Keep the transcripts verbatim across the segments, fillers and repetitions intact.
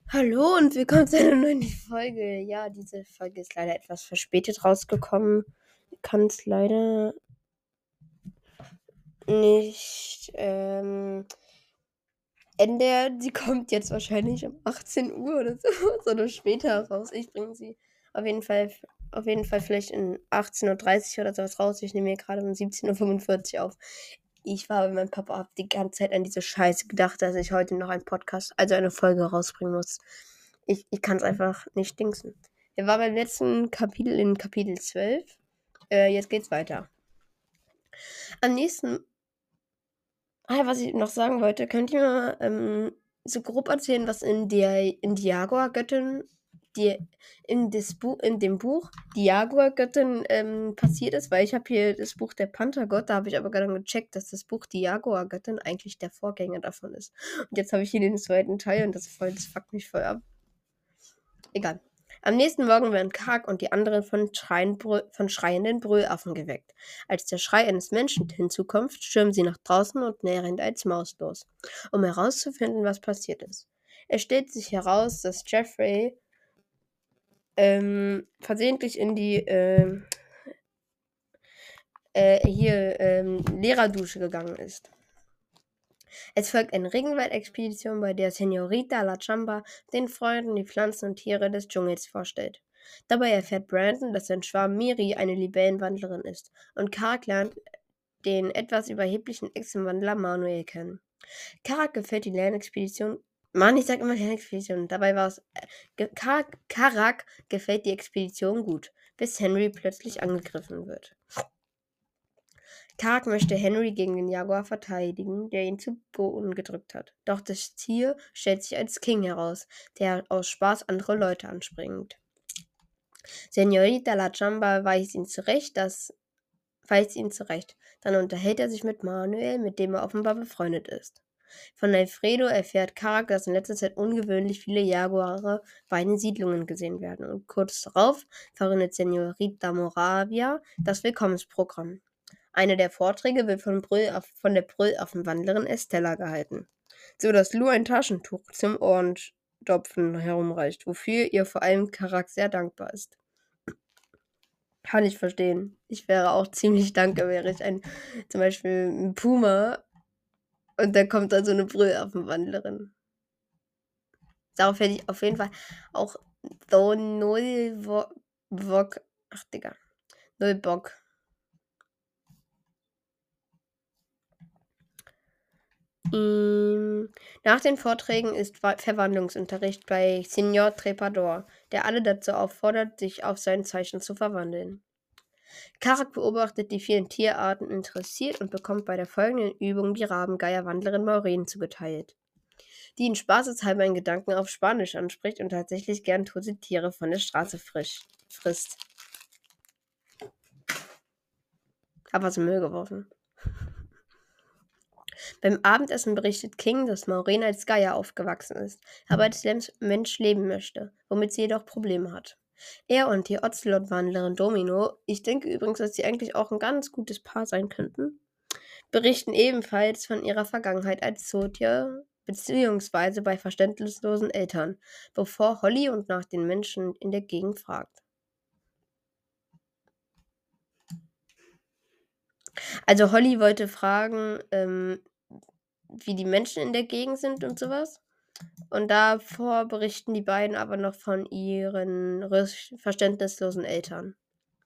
Hallo und willkommen zu einer neuen Folge. Ja, diese Folge ist leider etwas verspätet rausgekommen. Ich kann es leider nicht ähm, ändern. Sie kommt jetzt wahrscheinlich um achtzehn Uhr oder so, oder später raus. Ich bringe sie auf jeden Fall, auf jeden Fall vielleicht in achtzehn Uhr dreißig oder sowas raus. Ich nehme hier gerade um siebzehn Uhr fünfundvierzig auf. Ich war bei meinem Papa, hab die ganze Zeit an diese Scheiße gedacht, dass ich heute noch einen Podcast, also eine Folge rausbringen muss. Ich, ich kann es einfach nicht dingsen. Wir waren beim letzten Kapitel in Kapitel zwölf. Äh, jetzt geht's weiter. Am nächsten, ah, was ich noch sagen wollte, könnt ihr mal ähm, so grob erzählen, was in der in die Jaguar-Göttin, die in, das Bu in dem Buch die Jaguar-Göttin ähm, passiert ist, weil ich habe hier das Buch der Panthergott, da habe ich aber gerade gecheckt, dass das Buch die Jaguar-Göttin eigentlich der Vorgänger davon ist. Und jetzt habe ich hier den zweiten Teil und das voll, das fuckt mich voll ab. Egal. Am nächsten Morgen werden Karg und die anderen von, Schreienbrü- von schreienden Brüllaffen geweckt. Als der Schrei eines Menschen hinzukommt, stürmen sie nach draußen und nähren als Maus los, um herauszufinden, was passiert ist. Es stellt sich heraus, dass Jeffrey ähm, versehentlich in die ähm, äh, hier ähm, Lehrerdusche gegangen ist. Es folgt eine Regenwald-Expedition, bei der Senorita La Chamba den Freunden die Pflanzen und Tiere des Dschungels vorstellt. Dabei erfährt Brandon, dass sein Schwarm Miri eine Libellenwandlerin ist, und Kark lernt den etwas überheblichen Echsenwandler Manuel kennen. Karak gefällt die Lernexpedition. Mann, ich sag immer Lernexpedition. Dabei war es. Äh, Karak, Karak gefällt die Expedition gut, bis Henry plötzlich angegriffen wird. Karak möchte Henry gegen den Jaguar verteidigen, der ihn zu Boden gedrückt hat. Doch das Tier stellt sich als King heraus, der aus Spaß andere Leute anspringt. Senorita La Chamba weist ihn zurecht, dass weist ihn zurecht. Dann unterhält er sich mit Manuel, mit dem er offenbar befreundet ist. Von Alfredo erfährt Karak, dass in letzter Zeit ungewöhnlich viele Jaguare bei den Siedlungen gesehen werden, und kurz darauf verkündet Senorita Moravia das Willkommensprogramm. Einer der Vorträge wird von, Brüllaff, von der Brüllaffenwandlerin Estella gehalten, so dass Lou ein Taschentuch zum Ohrendopfen herumreicht, wofür ihr vor allem Karak sehr dankbar ist. Kann ich verstehen. Ich wäre auch ziemlich dankbar, wäre ich ein, zum Beispiel ein Puma und da kommt dann so eine Brüllaffenwandlerin. Darauf hätte ich auf jeden Fall auch so null Wo- Bock. Ach, Digga. Null Bock. Ähm, Nach den Vorträgen ist Wa- Verwandlungsunterricht bei Signor Trepador, der alle dazu auffordert, sich auf sein Zeichen zu verwandeln. Karak beobachtet die vielen Tierarten interessiert und bekommt bei der folgenden Übung die Rabengeierwandlerin Maureen zugeteilt, die ihn spaßeshalber in Gedanken auf Spanisch anspricht und tatsächlich gern tote Tiere von der Straße frisch frisst. Hab was im Müll geworfen. Beim Abendessen berichtet King, dass Maureen als Geier aufgewachsen ist, aber als Mensch leben möchte, womit sie jedoch Probleme hat. Er und die Ocelot-Wandlerin Domino, ich denke übrigens, dass sie eigentlich auch ein ganz gutes Paar sein könnten, berichten ebenfalls von ihrer Vergangenheit als Zootier beziehungsweise bei verständnislosen Eltern, bevor Holly und nach den Menschen in der Gegend fragt. Also Holly wollte fragen, ähm, wie die Menschen in der Gegend sind und sowas. Und davor berichten die beiden aber noch von ihren rüs- verständnislosen Eltern.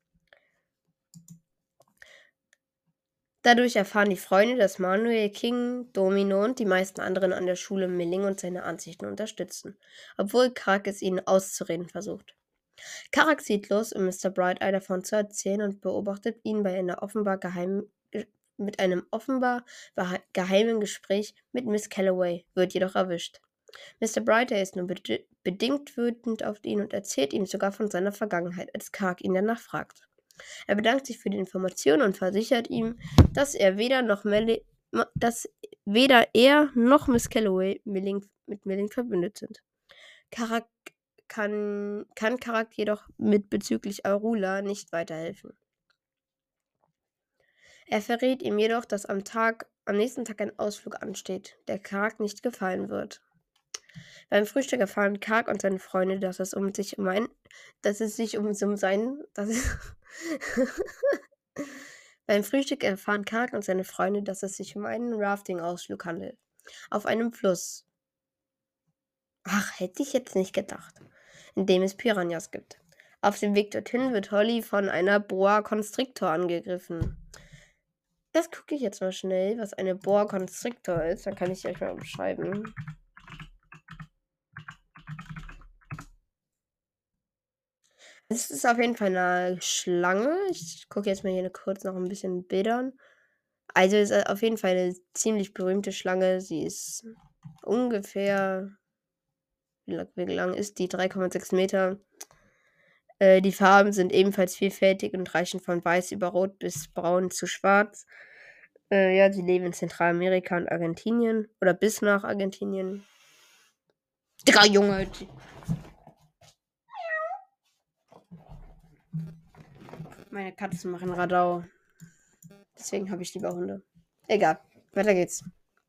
Dadurch erfahren die Freunde, dass Manuel King, Domino und die meisten anderen an der Schule Milling und seine Ansichten unterstützen, obwohl Karak es ihnen auszureden versucht. Karak zieht los, um Mister Bright-Eye davon zu erzählen, und beobachtet ihn bei einer offenbar geheimen, ge- mit einem offenbar behe- geheimen Gespräch mit Miss Calloway, wird jedoch erwischt. Mister Bright-Eye ist nur bedi- bedingt wütend auf ihn und erzählt ihm sogar von seiner Vergangenheit, als Karak ihn danach fragt. Er bedankt sich für die Information und versichert ihm, dass er weder noch Melly, dass weder er noch Miss Calloway Milling, mit Milling verbündet sind. Karak kann, kann Karak jedoch mit bezüglich Aurula nicht weiterhelfen. Er verrät ihm jedoch, dass am Tag, am nächsten Tag ein Ausflug ansteht, der Karak nicht gefallen wird. Beim Frühstück erfahren Kark und seine Freunde, dass es um sich um ein, dass es sich um, um sein, dass es Beim Frühstück erfahren Kark und seine Freunde, dass es sich um einen Rafting-Ausflug handelt. Auf einem Fluss. Ach, hätte ich jetzt nicht gedacht. In dem es Piranhas gibt. Auf dem Weg dorthin wird Holly von einer Boa Constrictor angegriffen. Das gucke ich jetzt mal schnell, was eine Boa Constrictor ist. Dann kann ich euch mal beschreiben. Es ist auf jeden Fall eine Schlange. Ich gucke jetzt mal hier kurz noch ein bisschen Bildern. Also es ist auf jeden Fall eine ziemlich berühmte Schlange. Sie ist ungefähr, wie lang, wie lang ist die? drei Komma sechs Meter. Äh, die Farben sind ebenfalls vielfältig und reichen von weiß über rot bis braun zu schwarz. Äh, ja, sie leben in Zentralamerika und Argentinien. Oder bis nach Argentinien. Digga, Junge! Meine Katzen machen Radau. Deswegen habe ich lieber Hunde. Egal, weiter geht's.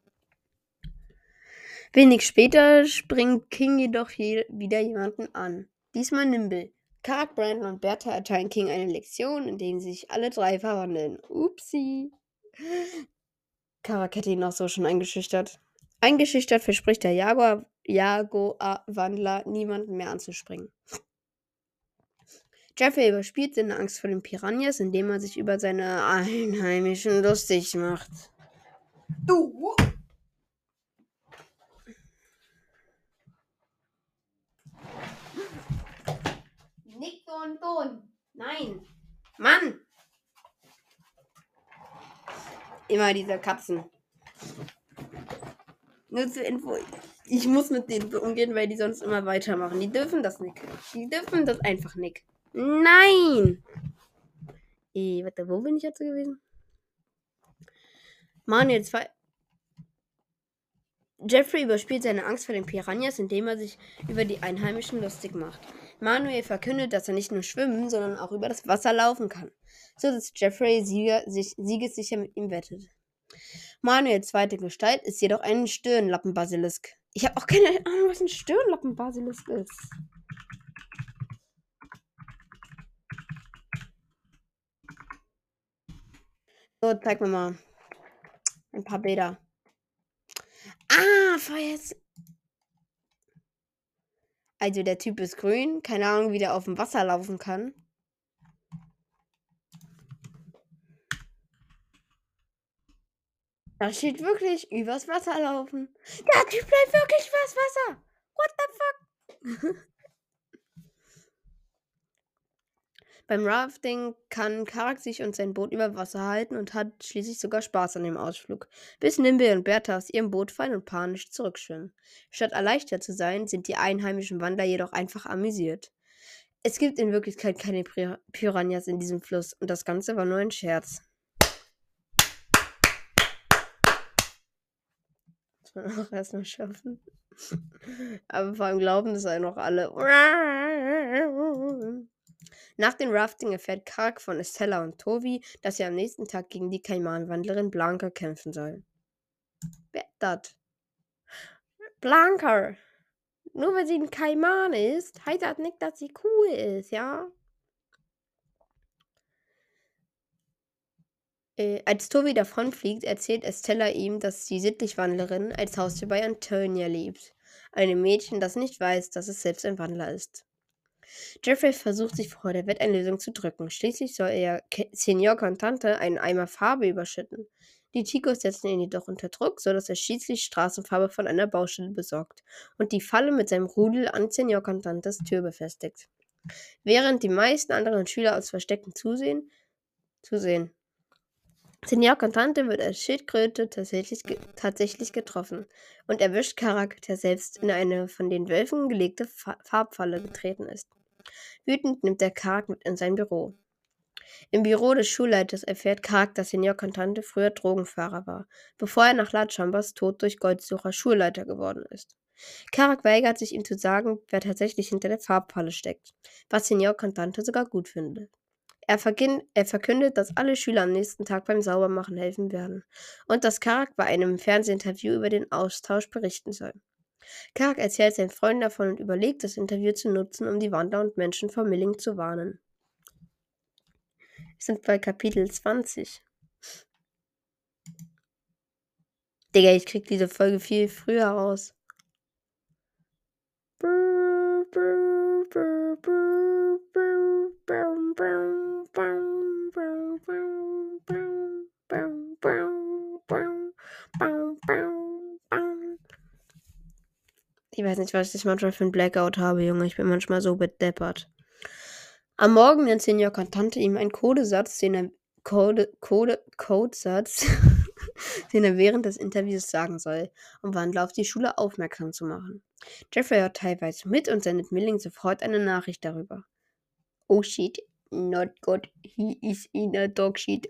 Wenig später springt King jedoch je wieder jemanden an. Diesmal Nimble. Kark, Brandon und Bertha erteilen King eine Lektion, in der sie sich alle drei verwandeln. Upsi. Kark hätte ihn auch so schon eingeschüchtert. Eingeschüchtert verspricht der Jaguar, Jaguar-Wandler, niemanden mehr anzuspringen. Jeffrey überspielt seine Angst vor den Piranhas, indem er sich über seine Einheimischen lustig macht. Du! Nicht so ein Ton. Nein. Mann! Immer diese Katzen. Nur zur Info. Ich muss mit denen so umgehen, weil die sonst immer weitermachen. Die dürfen das nicht. Die dürfen das einfach nicht. Nein! Eh, warte, wo bin ich jetzt gewesen? Manuel zwei. Jeffrey überspielt seine Angst vor den Piranhas, indem er sich über die Einheimischen lustig macht. Manuel verkündet, dass er nicht nur schwimmen, sondern auch über das Wasser laufen kann. So dass Jeffrey Sieger, sich, siegessicher mit ihm wettet. Manuels zweite Gestalt ist jedoch ein Stirnlappenbasilisk. Ich habe auch keine Ahnung, was ein Stirnlappenbasilisk ist. So, zeig mir mal ein paar Bilder. Ah, Feuer. Also der Typ ist grün. Keine Ahnung, wie der auf dem Wasser laufen kann. Da steht wirklich übers Wasser laufen. Der Typ bleibt wirklich übers Wasser. What the fuck? Beim Rafting kann Kark sich und sein Boot über Wasser halten und hat schließlich sogar Spaß an dem Ausflug, bis Nimble und Bertha aus ihrem Boot fallen und panisch zurückschwimmen. Statt erleichtert zu sein, sind die einheimischen Wanderer jedoch einfach amüsiert. Es gibt in Wirklichkeit keine Pir- Piranhas in diesem Fluss und das Ganze war nur ein Scherz. Muss man auch erstmal schaffen. Aber vor allem glauben das auch noch alle. Nach dem Rafting erfährt Kark von Estella und Tovi, dass sie am nächsten Tag gegen die Kaimanwandlerin Blanca kämpfen sollen. Wer das? Blanca! Nur weil sie ein Kaiman ist, heißt das nicht, dass sie cool ist, ja? Äh, als Tovi davonfliegt, erzählt Estella ihm, dass die Sittlichwandlerin als Haustier bei Antonia lebt. Einem Mädchen, das nicht weiß, dass es selbst ein Wandler ist. Jeffrey versucht sich vor der Wetteinlösung zu drücken. Schließlich soll er Senior Cantante einen Eimer Farbe überschütten. Die Chicos setzen ihn jedoch unter Druck, sodass er schließlich Straßenfarbe von einer Baustelle besorgt und die Falle mit seinem Rudel an Senior Cantantes Tür befestigt. Während die meisten anderen Schüler aus Verstecken zusehen, zusehen. Senior Cantante wird als Schildkröte tatsächlich, ge- tatsächlich getroffen und erwischt Kark, der selbst in eine von den Wölfen gelegte Fa- Farbfalle getreten ist. Wütend nimmt er Kark mit in sein Büro. Im Büro des Schulleiters erfährt Kark, dass Senior Cantante früher Drogenfahrer war, bevor er nach Latschambas Tod durch Goldsucher Schulleiter geworden ist. Kark weigert sich, ihm zu sagen, wer tatsächlich hinter der Farbfalle steckt, was Senior Cantante sogar gut findet. Er, vergin- er verkündet, dass alle Schüler am nächsten Tag beim Saubermachen helfen werden und dass Kark bei einem Fernsehinterview über den Austausch berichten soll. Kark erzählt seinen Freunden davon und überlegt, das Interview zu nutzen, um die Wanda und Menschen vor Milling zu warnen. Wir sind bei Kapitel zwanzig. Digga, ich krieg diese Folge viel früher raus. Ich weiß nicht, was ich manchmal für ein Blackout habe, Junge. Ich bin manchmal so bedeppert. Am Morgen nennt Senior Tante ihm einen Codesatz, den er Code, Code, Codesatz, den er während des Interviews sagen soll, um Wandler auf die Schule aufmerksam zu machen. Jeffrey hört teilweise mit und sendet Milling sofort eine Nachricht darüber. Oh shit, not good, he is in a dog shit.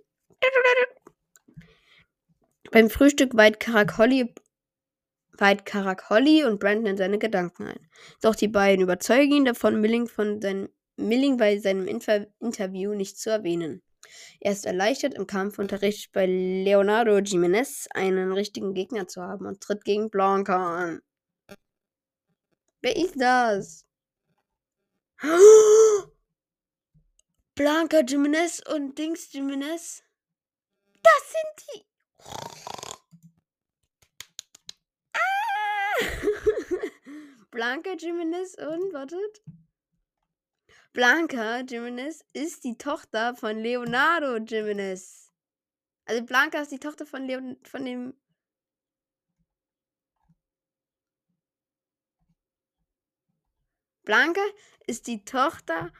Beim Frühstück weiht Karak Holly, weiht Karak Holly und Brandon in seine Gedanken ein. Doch die beiden überzeugen ihn davon, Milling, von seinem, Milling bei seinem Infer- Interview nicht zu erwähnen. Er ist erleichtert, im Kampfunterricht bei Leonardo Jimenez einen richtigen Gegner zu haben und tritt gegen Blanca an. Wer ist das? Blanca Jimenez und Dings Jimenez? Das sind die. Blanca Jimenez und, wartet. Blanca Jimenez ist die Tochter von Leonardo Jimenez. Also Blanca ist die Tochter von Leon, von dem... Blanca ist die Tochter...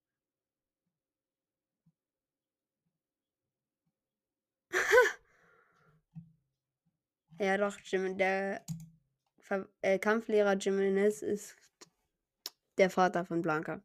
Ja doch, Jim, der Ver äh, Kampflehrer Jimenez ist der Vater von Blanca.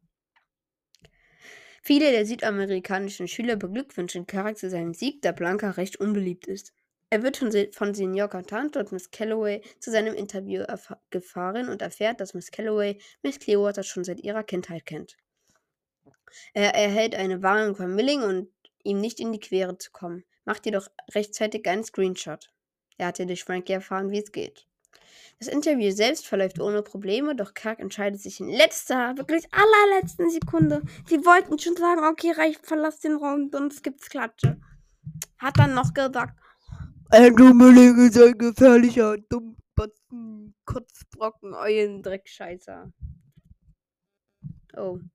Viele der südamerikanischen Schüler beglückwünschen Karak zu seinem Sieg, da Blanca recht unbeliebt ist. Er wird von, Se von Senior Tante und Miss Calloway zu seinem Interview gefahren und erfährt, dass Miss Calloway Miss Clearwater schon seit ihrer Kindheit kennt. Er erhält eine Warnung von Milling und ihm nicht in die Quere zu kommen, macht jedoch rechtzeitig einen Screenshot. Er hatte durch Frankie erfahren, wie es geht. Das Interview selbst verläuft ohne Probleme, doch Kark entscheidet sich in letzter, wirklich allerletzten Sekunde. Sie wollten schon sagen, okay, reicht, verlass den Raum, sonst gibt's Klatsche. Hat dann noch gesagt, Andrew Milling ist ein gefährlicher, dummbatzen, Kotzbrocken, Eulendreckscheißer. Oh.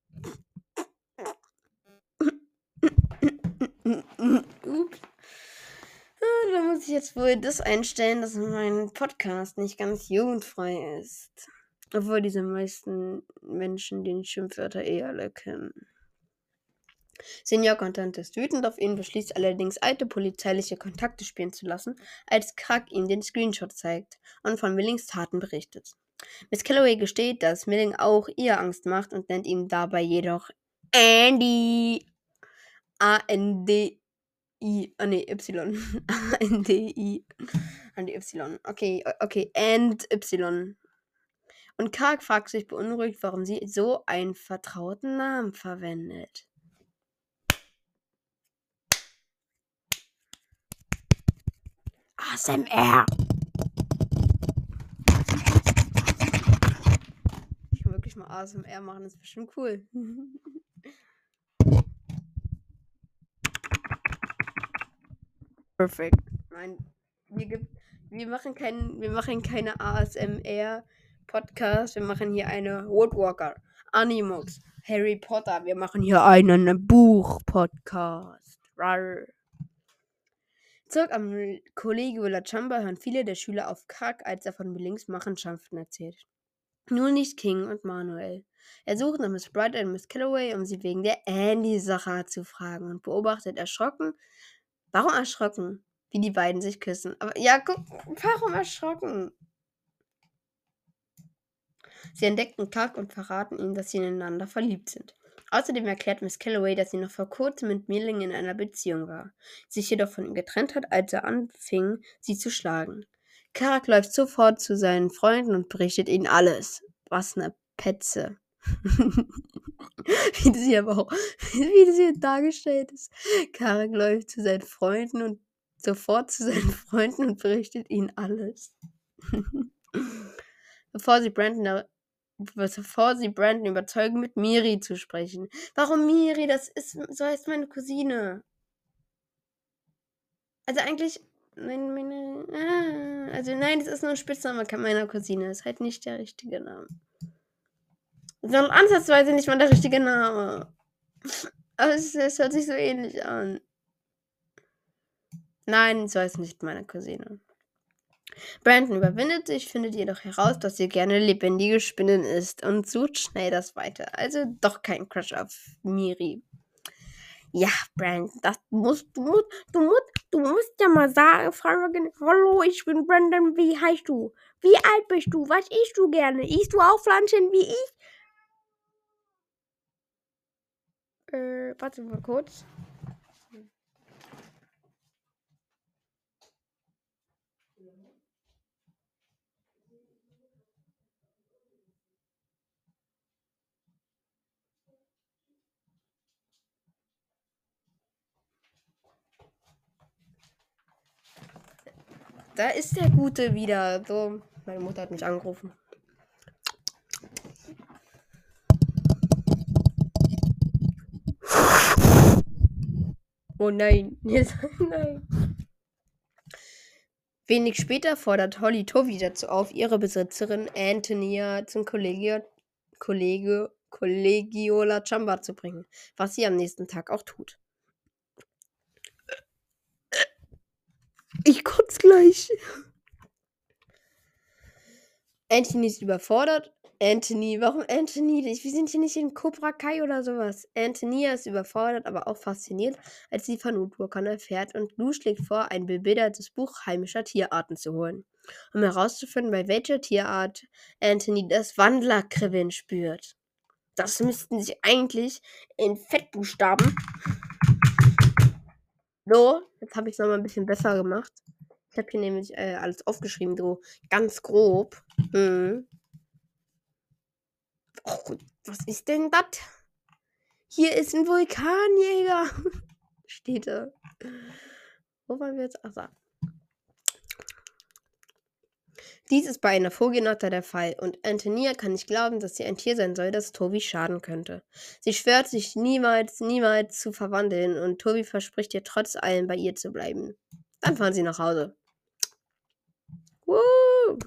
Ups. Da muss ich jetzt wohl das einstellen, dass mein Podcast nicht ganz jugendfrei ist. Obwohl diese meisten Menschen die Schimpfwörter eh alle kennen. Senior Tante ist wütend auf ihn, beschließt allerdings, alte polizeiliche Kontakte spielen zu lassen, als Kark ihm den Screenshot zeigt und von Millings Taten berichtet. Miss Calloway gesteht, dass Milling auch ihr Angst macht und nennt ihn dabei jedoch Andy. A N D I. Ah, ne, Y. A N D I. Andy Y. Okay, okay, and Y. Und Kark fragt sich beunruhigt, warum sie so einen vertrauten Namen verwendet. A S M R. Ich kann wirklich mal A S M R machen, das ist bestimmt cool. Perfekt. Nein, wir, gibt, wir, machen kein, wir machen keine A S M R-Podcast, wir machen hier eine Woodwalker, Animux, Harry Potter, wir machen hier einen Buch-Podcast. Zurück am Colegio La Chamba hören viele der Schüler auf Kark, als er von Millings Machenschaften erzählt. Nur nicht King und Manuel. Er sucht nach Miss Bright und Miss Calloway, um sie wegen der Andy-Sache zu fragen und beobachtet erschrocken, warum erschrocken, wie die beiden sich küssen. Aber ja, guck, warum erschrocken? Sie entdecken Kark und verraten ihm, dass sie ineinander verliebt sind. Außerdem erklärt Miss Calloway, dass sie noch vor kurzem mit Milling in einer Beziehung war, sich jedoch von ihm getrennt hat, als er anfing, sie zu schlagen. Kark läuft sofort zu seinen Freunden und berichtet ihnen alles. Was eine Petze. Wie das hier aber auch, wie das hier dargestellt ist. Kark läuft zu seinen Freunden und sofort zu seinen Freunden und berichtet ihnen alles. bevor sie Brandon, bevor sie Brandon überzeugen, mit Miri zu sprechen. Warum Miri? Das ist, so heißt meine Cousine. Also eigentlich, meine, meine, ah, also nein, das ist nur ein Spitzname meiner Cousine. Das ist halt nicht der richtige Name. Sondern ansatzweise nicht mal der richtige Name. Aber es, es hört sich so ähnlich an. Nein, so heißt nicht meine Cousine. Brandon überwindet sich, findet jedoch heraus, dass sie gerne lebendige Spinnen isst und sucht schnell das Weite. Also doch kein Crush auf Miri. Ja, Brandon, das musst du, musst, du musst, du musst ja mal sagen, fragen, hallo, ich bin Brandon, wie heißt du? Wie alt bist du? Was isst du gerne? Isst du auch Pflanzen wie ich? Äh, warte mal kurz. Da ist der Gute wieder. So, meine Mutter hat mich angerufen. Oh nein. Jetzt, nein. Wenig später fordert Holly Tovi dazu auf, ihre Besitzerin Antonia zum Collegio, Collegio, Collegio La Chamba zu bringen, was sie am nächsten Tag auch tut. Ich kotze gleich. Anthony ist überfordert. Anthony, warum Anthony? Wir sind hier nicht in Cobra Kai oder sowas. Antonia ist überfordert, aber auch fasziniert, als sie von Woodwalkern erfährt, und Lou schlägt vor, ein bebildertes Buch heimischer Tierarten zu holen, um herauszufinden, bei welcher Tierart Anthony das Wandlerkribbeln spürt. Das müssten sie eigentlich in Fettbuchstaben. So, jetzt habe ich es nochmal ein bisschen besser gemacht. Ich habe hier nämlich äh, alles aufgeschrieben, so ganz grob. Mhm. Oh, was ist denn das? Hier ist ein Vulkanjäger. Steht da. Wo waren wir jetzt? Ach, da. Dies ist bei einer Vogelnatter der Fall, und Antonia kann nicht glauben, dass sie ein Tier sein soll, das Tobi schaden könnte. Sie schwört, sich niemals, niemals zu verwandeln, und Tobi verspricht ihr trotz allem, bei ihr zu bleiben. Dann fahren sie nach Hause. Woo!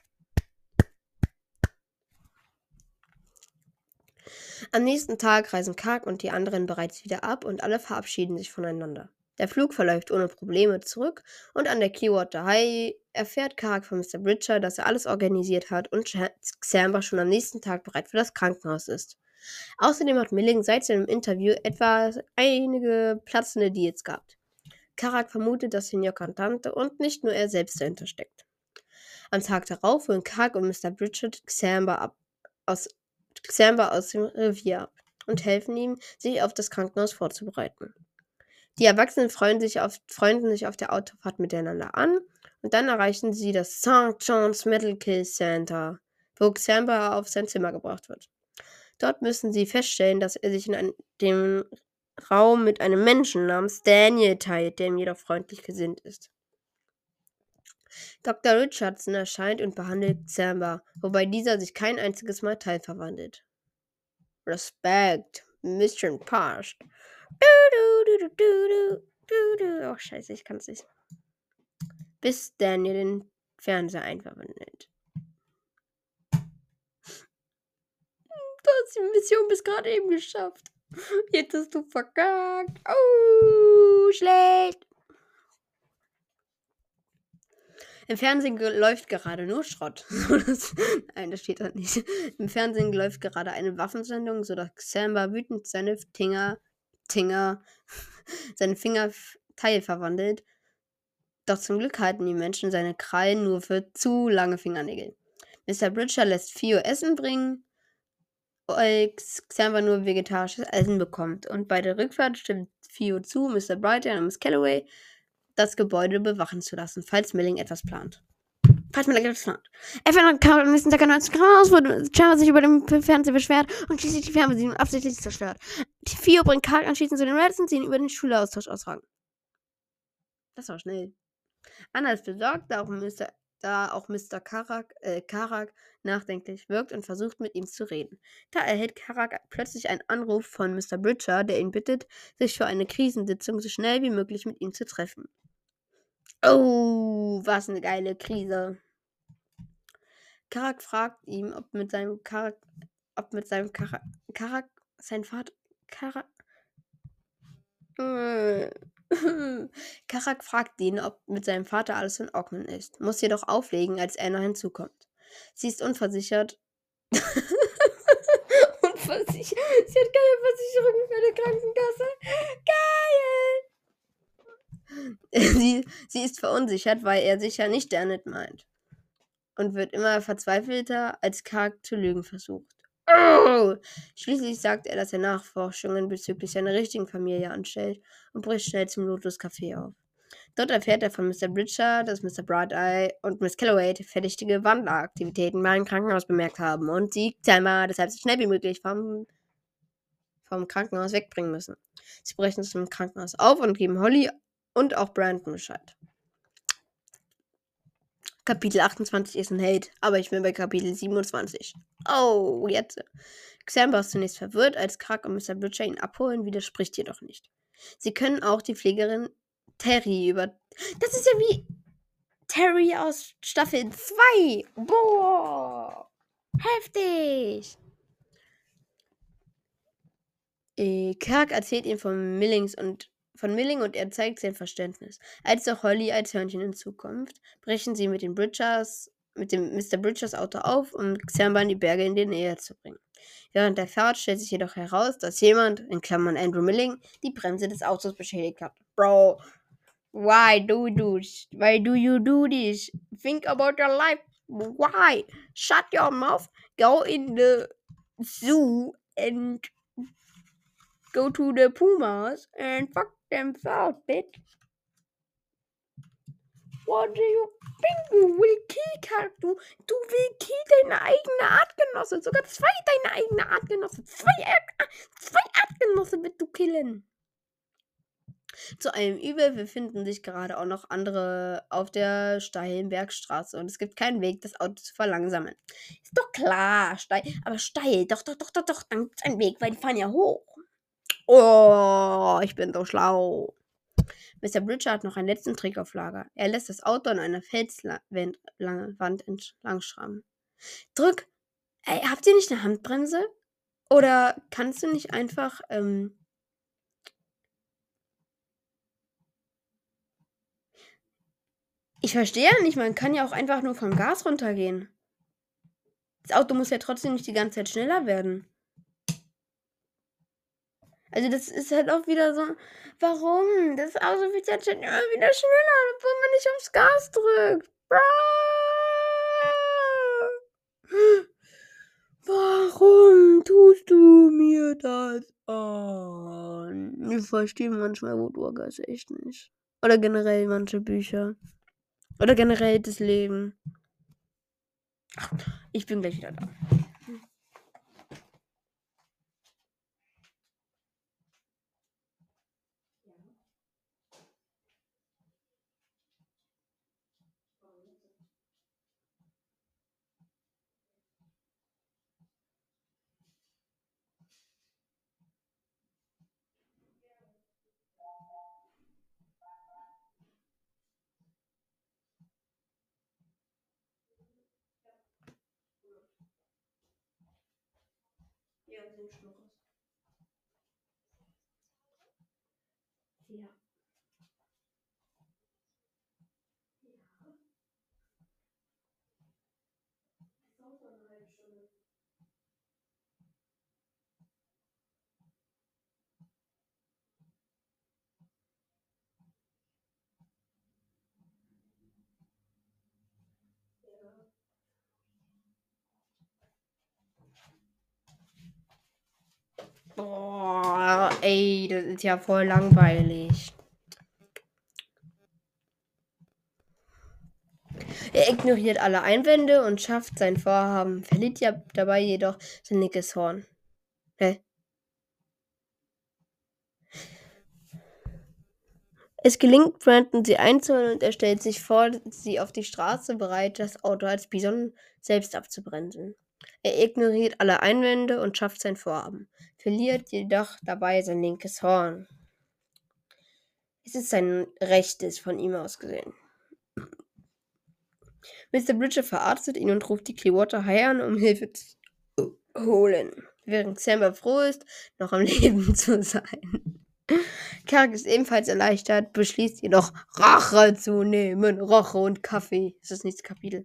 Am nächsten Tag reisen Kark und die anderen bereits wieder ab, und alle verabschieden sich voneinander. Der Flug verläuft ohne Probleme zurück, und an der Clearwater High erfährt Kark von Mister Bridger, dass er alles organisiert hat und Xamba schon am nächsten Tag bereit für das Krankenhaus ist. Außerdem hat Milling seit seinem Interview etwa einige platzende Deals gehabt. Kark vermutet, dass Senor Cantante und nicht nur er selbst dahinter steckt. Am Tag darauf holen Kark und Mister Bridger Xamba ab, aus, Xamba aus dem Revier ab und helfen ihm, sich auf das Krankenhaus vorzubereiten. Die Erwachsenen freuen sich auf, freunden sich auf der Autofahrt miteinander an, und dann erreichen sie das Sankt John's Medical Center, wo Xamba auf sein Zimmer gebracht wird. Dort müssen sie feststellen, dass er sich in einem, dem Raum mit einem Menschen namens Daniel teilt, der ihm jedoch freundlich gesinnt ist. Doktor Richardson erscheint und behandelt Xamba, wobei dieser sich kein einziges Mal teilverwandelt. Respect, Mission Passed. Du, du, du, du, du, du, du. Oh, scheiße, ich kann's nicht. Bis Daniel den Fernseher einverwandelt. Du hast die Mission bis gerade eben geschafft. Jetzt hast du verkackt. Oh, schlecht. Im Fernsehen ge- läuft gerade nur Schrott. Nein, das steht da nicht. Im Fernsehen läuft gerade eine Waffensendung, sodass Xamba wütend seine Tinger, Tinger, seine Finger Teil verwandelt. Doch zum Glück halten die Menschen seine Krallen nur für zu lange Fingernägel. Mister Bridger lässt Fio Essen bringen, als Xamba nur vegetarisches Essen bekommt. Und bei der Rückfahrt stimmt Fio zu, Mister Brighton und Miss Calloway das Gebäude bewachen zu lassen, falls Milling etwas plant. Falls Milling etwas plant. F N am nächsten Tag neunzehn Grad wurde Xamba sich über den Fernseher beschwert und schließlich die Fernbedienung absichtlich zerstört. Fio bringt Kark anschließend zu den Reds und sie ihn über den Schüleraustausch ausfragen. Das war schnell. Anna ist besorgt, darum Mister da auch Mister Karak, äh, Karak nachdenklich wirkt und versucht, mit ihm zu reden. Da erhält Karak plötzlich einen Anruf von Mister Bridger, der ihn bittet, sich für eine Krisensitzung so schnell wie möglich mit ihm zu treffen. Oh, was eine geile Krise. Karak fragt ihn, ob mit seinem Karak, ob mit seinem Karak, Karak, sein Vater, Karak, Karak fragt ihn, ob mit seinem Vater alles in Ordnung ist, muss jedoch auflegen, als Anna hinzukommt. Sie ist unversichert. Unversichert. Sie hat keine Versicherung für die Krankenkasse. Geil! Sie, sie ist verunsichert, weil er sicher nicht Janet meint. Und wird immer verzweifelter, als Karak zu lügen versucht. Oh! Schließlich sagt er, dass er Nachforschungen bezüglich seiner richtigen Familie anstellt und bricht schnell zum Lotus Café auf. Dort erfährt er von Mister Bridger, dass Mister Bright-Eye und Miss Calloway verdächtige Wanderaktivitäten beim Krankenhaus bemerkt haben und sie Selma deshalb so schnell wie möglich vom, vom Krankenhaus wegbringen müssen. Sie brechen zum Krankenhaus auf und geben Holly und auch Brandon Bescheid. Kapitel achtundzwanzig ist ein Hate, aber ich bin bei Kapitel siebenundzwanzig. Oh, jetzt. Xamba ist zunächst verwirrt, als Karak und Mister Bridger ihn abholen, widerspricht jedoch nicht. Sie können auch die Pflegerin Terry über... Das ist ja wie Terry aus Staffel zwei. Boah, heftig. Äh, Kirk erzählt ihm von Millings und von Milling und er zeigt sein Verständnis. Als auch Holly als Hörnchen in Zukunft, brechen sie mit den Bridgers, mit dem Mister Bridgers Auto auf, um Xamba in die Berge in die Nähe zu bringen. Während der Fahrt stellt sich jedoch heraus, dass jemand, in Klammern Andrew Milling, die Bremse des Autos beschädigt hat. Bro, why do you do this? Why do you do this? Think about your life. Why? Shut your mouth. Go in the zoo and go to the pumas and fuck themselves, bitch. What do you think? You will kill, Karl. Du, du will kill deine eigene Artgenosse. Sogar zwei deine eigene Artgenosse. Zwei, Art, zwei Artgenosse wird du killen. Zu einem Übel befinden sich gerade auch noch andere auf der steilen Bergstraße und es gibt keinen Weg, das Auto zu verlangsamen. Ist doch klar, steil, aber steil, doch, doch, doch, doch, doch, dann gibt's einen Weg, weil die fahren ja hoch. Oh, ich bin so schlau. Mister Bridger hat noch einen letzten Trick auf Lager. Er lässt das Auto an einer Felswand entlang schrammen. Drück, ey, habt ihr nicht eine Handbremse? Oder kannst du nicht einfach, ähm, ich verstehe ja nicht, man kann ja auch einfach nur vom Gas runtergehen. Das Auto muss ja trotzdem nicht die ganze Zeit schneller werden. Also das ist halt auch wieder so, warum? Das Auto wird jetzt schon immer wieder schneller, obwohl man nicht aufs Gas drückt. Warum tust du mir das an? Ich verstehe manchmal Woodwalkers echt nicht. Oder generell manche Bücher. Oder generell das Leben. Ach, ich bin gleich wieder da. Ja, sind Schnuckers. Ja. Boah, ey, das ist ja voll langweilig. Er ignoriert alle Einwände und schafft sein Vorhaben, verliert ja dabei jedoch sein linkes Horn. Hä? Es gelingt Brandon, sie einzuholen und er stellt sich vor, sie auf die Straße bereit, das Auto als Bison selbst abzubremsen. Er ignoriert alle Einwände und schafft sein Vorhaben, verliert jedoch dabei sein linkes Horn. Es ist sein rechtes von ihm aus gesehen. Mister Bridger verarztet ihn und ruft die Clearwater High an, um Hilfe zu holen, während Samba froh ist, noch am Leben zu sein. Karg ist ebenfalls erleichtert, beschließt jedoch, Rache zu nehmen. Rache und Kaffee. Das ist das nächste Kapitel.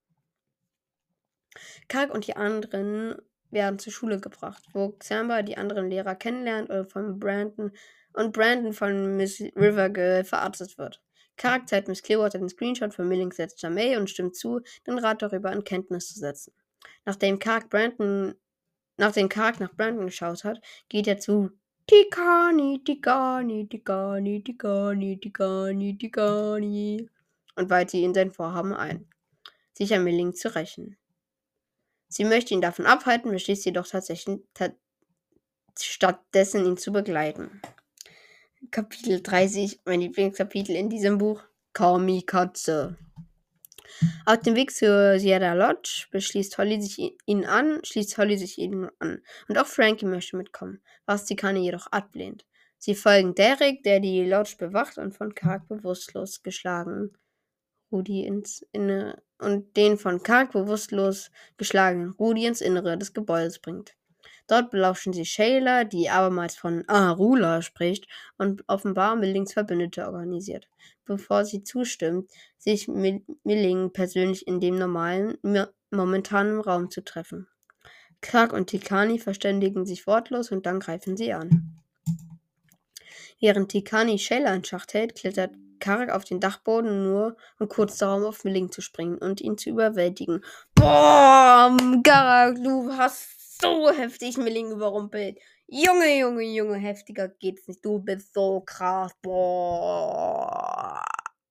Karg und die anderen werden zur Schule gebracht, wo Samba die anderen Lehrer kennenlernt und von Brandon und Brandon von Miss Rivergirl verarztet wird. Karg zeigt Miss Clearwater den Screenshot von Millings letzter Mail und stimmt zu, den Rat darüber in Kenntnis zu setzen. Nachdem Karg Brandon, nachdem Karg nach Brandon geschaut hat, geht er zu Tikani, Tikani, Tikani, Tikani, Tikani, Tikani und weiht sie in sein Vorhaben ein, sich an Milling zu rächen. Sie möchte ihn davon abhalten, beschließt jedoch tatsächlich ta- stattdessen ihn zu begleiten. Kapitel dreißig, mein Lieblingskapitel in diesem Buch, Kamikaze. Auf dem Weg zur Sierra Lodge beschließt Holly sich ihn an, schließt Holly sich ihn an. Und auch Frankie möchte mitkommen, was Tikani jedoch ablehnt. Sie folgen Derek, der die Lodge bewacht und von Karg bewusstlos geschlagen Rudi ins Innere und den von Karg bewusstlos geschlagenen Rudi ins Innere des Gebäudes bringt. Dort belauschen sie Shayla, die abermals von Arula spricht und offenbar Millings Verbündete organisiert, bevor sie zustimmt, sich mit Milling persönlich in dem normalen, momentanen Raum zu treffen. Karg und Tikani verständigen sich wortlos und dann greifen sie an. Während Tikani Shayla in Schacht hält, klettert Karg auf den Dachboden, nur um kurz darauf auf Milling zu springen und ihn zu überwältigen. Boah, Karg, du hast so heftig Milling überrumpelt. Junge, Junge, Junge, heftiger geht's nicht. Du bist so krass. Boah.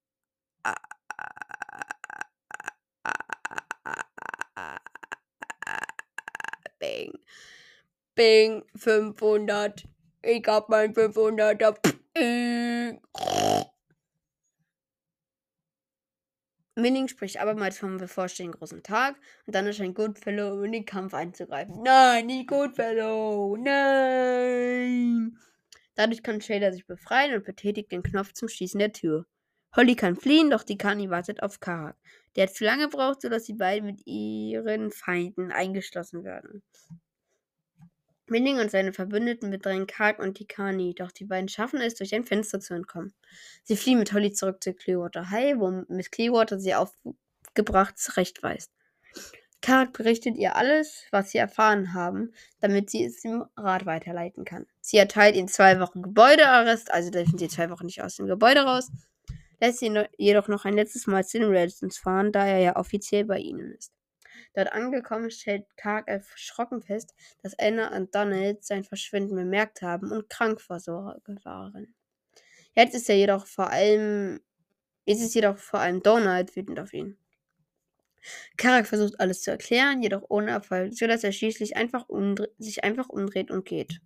Bing. Bing, fünfhundert. Ich hab mein fünfhunderter. Milling spricht abermals vom bevorstehenden großen Tag und dann erscheint Goodfellow, um in den Kampf einzugreifen. Nein, nicht Goodfellow! Nein! Dadurch kann Shayla sich befreien und betätigt den Knopf zum Schließen der Tür. Holly kann fliehen, doch Tikani wartet auf Karg. Der hat zu lange braucht, sodass die beiden mit ihren Feinden eingeschlossen werden. Milling und seine Verbündeten bedrängen Karg und Tikani, doch die beiden schaffen es, durch ein Fenster zu entkommen. Sie fliehen mit Holly zurück zu Clearwater High, wo Miss Clearwater sie aufgebracht zurechtweist. Karg berichtet ihr alles, was sie erfahren haben, damit sie es dem Rat weiterleiten kann. Sie erteilt ihnen zwei Wochen Gebäudearrest, also dürfen sie zwei Wochen nicht aus dem Gebäude raus, lässt sie jedoch noch ein letztes Mal zu den Redstons fahren, da er ja offiziell bei ihnen ist. Dort angekommen stellt Karg erschrocken fest, dass Anna und Donald sein Verschwinden bemerkt haben und krank vor Sorge waren. Jetzt ist er jedoch vor allem, jetzt ist jedoch vor allem Donald wütend auf ihn. Karg versucht alles zu erklären, jedoch ohne Erfolg, sodass er schließlich einfach umdre- sich einfach umdreht und geht.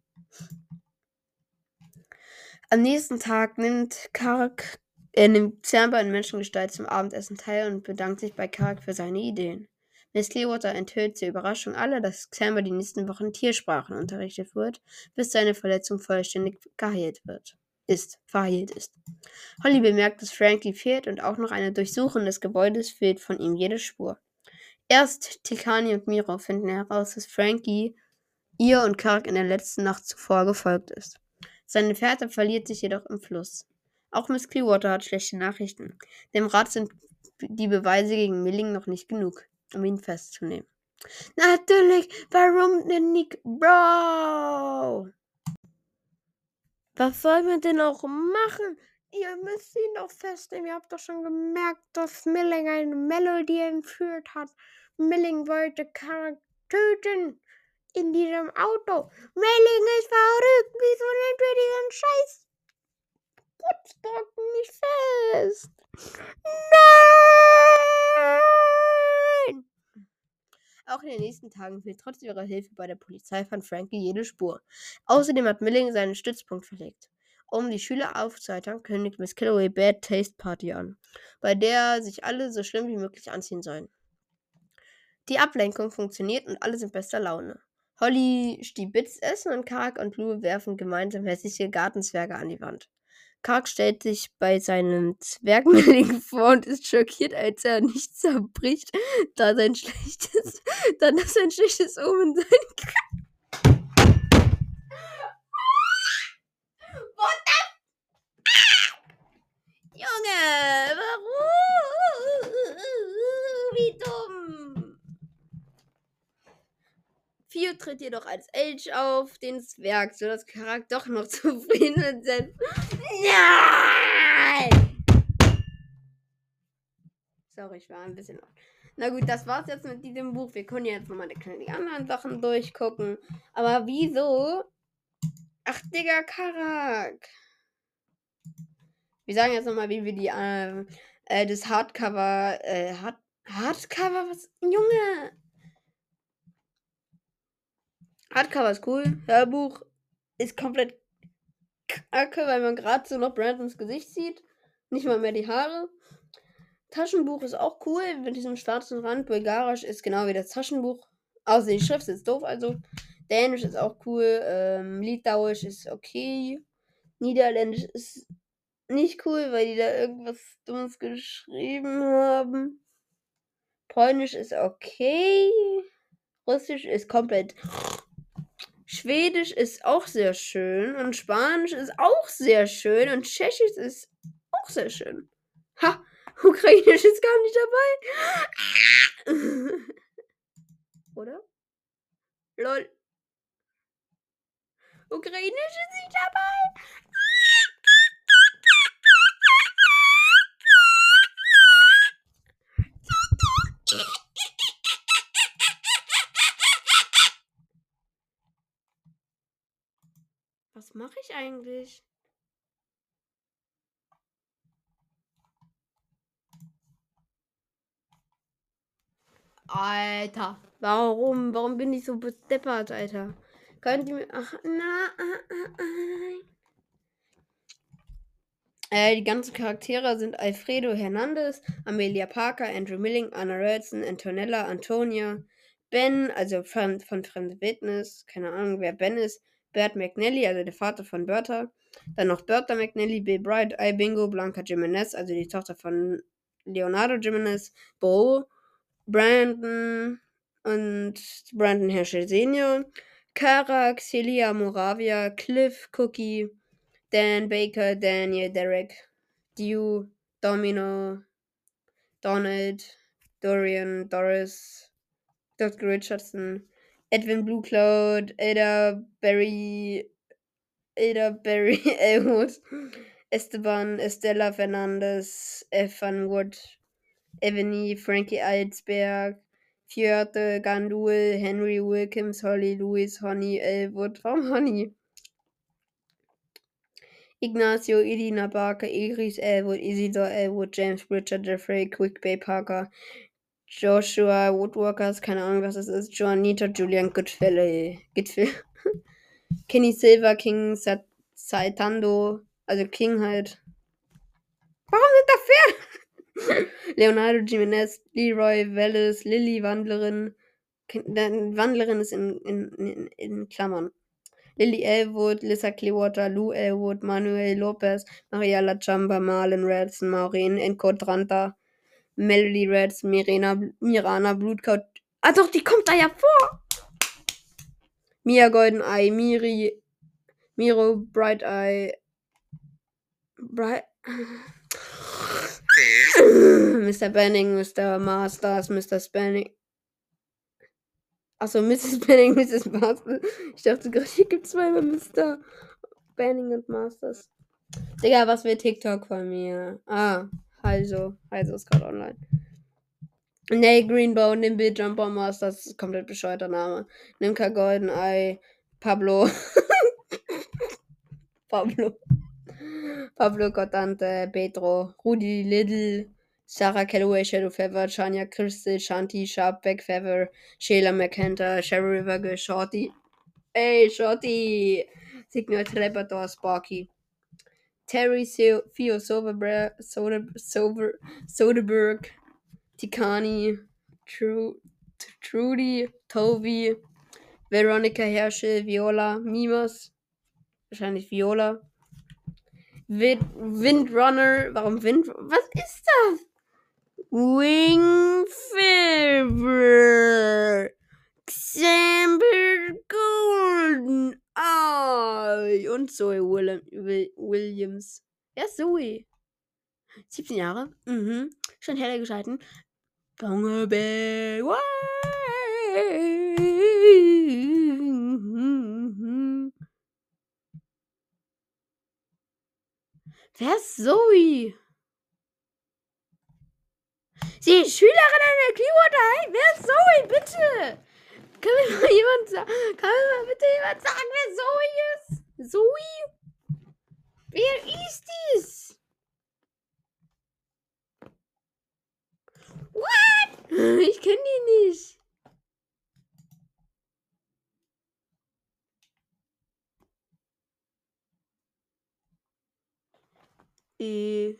Am nächsten Tag nimmt Karg, er nimmt Samba in Menschengestalt zum Abendessen teil und bedankt sich bei Karg für seine Ideen. Miss Clearwater enthüllt zur Überraschung alle, dass Samba die nächsten Wochen Tiersprachen unterrichtet wird, bis seine Verletzung vollständig geheilt wird. Ist, verheilt ist. Holly bemerkt, dass Frankie fehlt und auch nach einer Durchsuchung des Gebäudes fehlt von ihm jede Spur. Erst Tikani und Miro finden heraus, dass Frankie ihr und Karg in der letzten Nacht zuvor gefolgt ist. Seine Fährte verliert sich jedoch im Fluss. Auch Miss Clearwater hat schlechte Nachrichten. Dem Rat sind die Beweise gegen Milling noch nicht genug, um ihn festzunehmen. Natürlich, warum denn nicht, Bro? Was soll man denn auch machen? Ihr müsst ihn doch festnehmen. Ihr habt doch schon gemerkt, dass Milling eine Melodie entführt hat. Milling wollte Karg töten. In diesem Auto. Milling ist verrückt. Wieso nennt ihr diesen Scheiß Putzbock nicht fest? Nein! Auch in den nächsten Tagen fehlt trotz ihrer Hilfe bei der Polizei von Frankie jede Spur. Außerdem hat Milling seinen Stützpunkt verlegt. Um die Schüler aufzuheitern, kündigt Miss Calloway Bad Taste Party an, bei der sich alle so schlimm wie möglich anziehen sollen. Die Ablenkung funktioniert und alle sind bester Laune. Holly stibitzt essen und Kark und Blue werfen gemeinsam hässliche Gartenzwerge an die Wand. Kark stellt sich bei seinem Zwergmehrling vor und ist schockiert, als er nicht zerbricht, da sein schlechtes, da das ein schlechtes Omen sein kann. Junge, warum? Wie dumm. Fio tritt jedoch als Elch auf den Zwerg, sodass Karak doch noch zufrieden mit seinem... Nein! Sorry, ich war ein bisschen laut. Na gut, das war's jetzt mit diesem Buch. Wir können jetzt nochmal die anderen Sachen durchgucken. Aber wieso? Ach, Digga, Karak. Wir sagen jetzt nochmal, wie wir die, äh, äh, das Hardcover, äh, Hard Hardcover, was? Junge! Hardcover ist cool. Hörbuch ist komplett kacke, weil man gerade so noch Brandons Gesicht sieht. Nicht mal mehr die Haare. Taschenbuch ist auch cool mit diesem schwarzen Rand. Bulgarisch ist genau wie das Taschenbuch. Außer die Schrift ist doof, also. Dänisch ist auch cool. Ähm, Litauisch ist okay. Niederländisch ist nicht cool, weil die da irgendwas Dummes geschrieben haben. Polnisch ist okay. Russisch ist komplett. Schwedisch ist auch sehr schön. Und Spanisch ist auch sehr schön. Und Tschechisch ist auch sehr schön. Ha! Ukrainisch ist gar nicht dabei. Oder? Lol. Ukrainisch ist nicht dabei. Was mache ich eigentlich? Alter, warum? Warum bin ich so bedeppert, Alter? Könnt ihr mir... Ach, nein. Äh, die ganzen Charaktere sind Alfredo Hernandez, Amelia Parker, Andrew Milling, Anna Ralston, Antonella, Antonia, Ben, also von, von Fremde Wildnis, keine Ahnung, wer Ben ist, Bert McNally, also der Vater von Bertha, dann noch Bertha McNally, Bill Bright, I Bingo, Blanca Jimenez, also die Tochter von Leonardo Jimenez, Bo, Brandon und Brandon Herschel Senior, Kara, Celia Moravia, Cliff, Cookie, Dan Baker, Daniel, Derek, Dew, Domino, Donald, Dorian, Doris, Doctor Richardson, Edwin Blue Cloud, Ada Berry, Ada Berry Elwood, Esteban, Estella Fernandez, Evan Wood, Evany, Frankie Alsberg, Fjörte, Gandul, Henry Wilkins, Holly Lewis, Honey Elwood. Warum Honey? Ignacio, Edina Barker, Iris Elwood, Isidore Elwood, James Richard, Jeffrey, Quickbay Parker, Joshua Woodwalkers, keine Ahnung, was das ist, Joanita, Julian Goodfellow, Goodfellow. Kenny Silver, King Sat Saitando, also King halt. Warum sind da Pferde? Leonardo Jimenez, Leroy Wallace, Lilly Wandlerin. Wandlerin ist in, in, in, in Klammern. Lily Elwood, Lissa Clearwater, Lou Elwood, Manuel Lopez, Mariala Chamba, Marlon Redson, Maureen Encodrantha, Melody Reds, Mirena, Mirana Blutkaut. Ah doch, die kommt da ja vor! Mia Golden Eye, Miri, Miro Bright Eye, Bright... Mister Benning, Mister Masters, Mister Spanning. Achso, Misses Benning, Misses Masters. Ich dachte gerade, hier gibt es zweimal Mister Benning und Masters. Digga, was will TikTok von mir? Ah, also. Also ist gerade online. Nee, Greenbow, Nimble, Jumper Masters. Das ist komplett bescheuerter Name. Nimka Golden Eye, Pablo. Pablo. Pablo Cortante, Pedro, Rudi Little, Sarah Calloway, Shadow Feather, Chania Crystal, Shanti, Sharp, Beck Feather, Sheila McKenna, Sherry River, Shorty. Ey, Shorty! Signal Trapper, Sparky. Terry, Theo, Theo Soderberg, Soder, Soder, Soderberg, Tikani, Tru, Trudy, Toby, Veronica Herschel, Viola, Mimas, wahrscheinlich Viola, Wind, Windrunner, warum Wind, was ist das? Wingfever, Xander Golden Eye und Zoe Will Williams. Ja, Zoe. siebzehn Jahre. Mhm. Schon heller geschalten. Junge Bell. Wer ist Zoe? Sie ist Schülerin an der Clearwater High. Wer ist Zoe, bitte? Kann mir mal jemand sagen? Kann mir mal bitte jemand sagen, wer Zoe ist? Zoe? Wer ist dies? What? Ich kenne die nicht. Äh.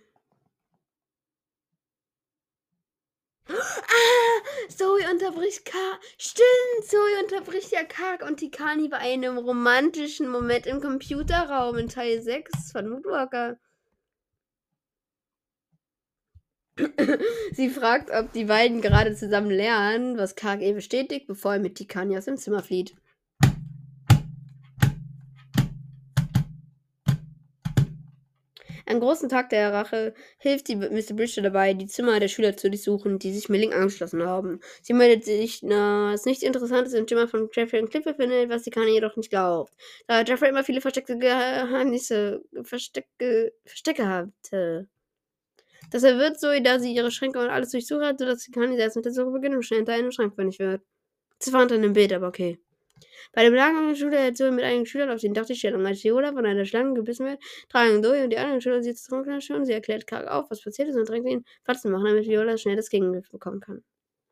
Ah, Zoe unterbricht Kark. Stimmt, Zoe unterbricht ja Kark und Tikani bei einem romantischen Moment im Computerraum in Teil sechs von Woodwalker. Sie fragt, ob die beiden gerade zusammen lernen, was Kark ihr bestätigt, bevor er mit Tikani aus dem Zimmer flieht. Am großen Tag der Rache hilft sie Mister Bridger dabei, die Zimmer der Schüler zu durchsuchen, die sich Milling angeschlossen haben. Sie meldet sich, dass nichts Interessantes im Zimmer von Jeffrey und Clifford findet, was Tikani jedoch nicht glaubt. Da Jeffrey immer viele versteckte Geheimnisse, Verstecke, Verstecke hatte. Das erwirrt Zoe, da sie ihre Schränke und alles durchsucht hat, sodass Tikani selbst mit der Suche beginnt und schnell hinter einem Schrank fündig wird. Das war unter einem Bild, aber okay. Bei der Belagerung der Schule hält Zoe mit einigen Schülern auf den Dach die Stellung. Als Viola von einer Schlange gebissen wird, tragen Zoe und die anderen Schüler sie zur Trunkenflasche und sie erklärt Kark auf, was passiert ist und drängt ihn, Faxen machen, damit Viola schnell das Gegengift bekommen kann.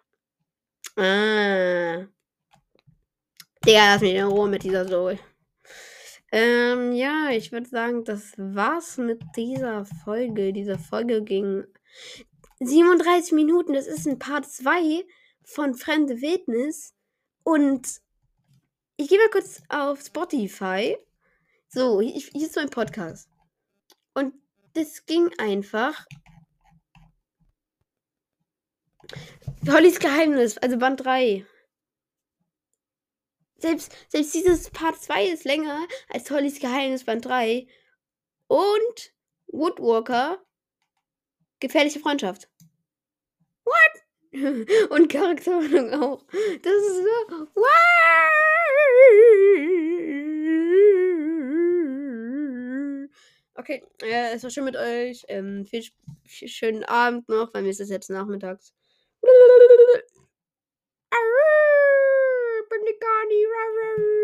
Ah. Digga, lass mich in Ruhe mit dieser Zoe. Ähm, ja, ich würde sagen, das war's mit dieser Folge. Diese Folge ging siebenunddreißig Minuten. Das ist ein Part zwei von Fremde Wildnis. Und ich gehe mal kurz auf Spotify. So, hier, hier ist mein Podcast. Und das ging einfach. Hollys Geheimnis, also Band drei. Selbst, selbst dieses Part zwei ist länger als Hollys Geheimnis Band drei. Und Woodwalker, gefährliche Freundschaft. What? Und Charakterordnung auch. Das ist so. What? Okay, äh, es war schön mit euch. Ähm, viel, viel schönen Abend noch, weil mir ist es jetzt nachmittags. Bin die gar nicht.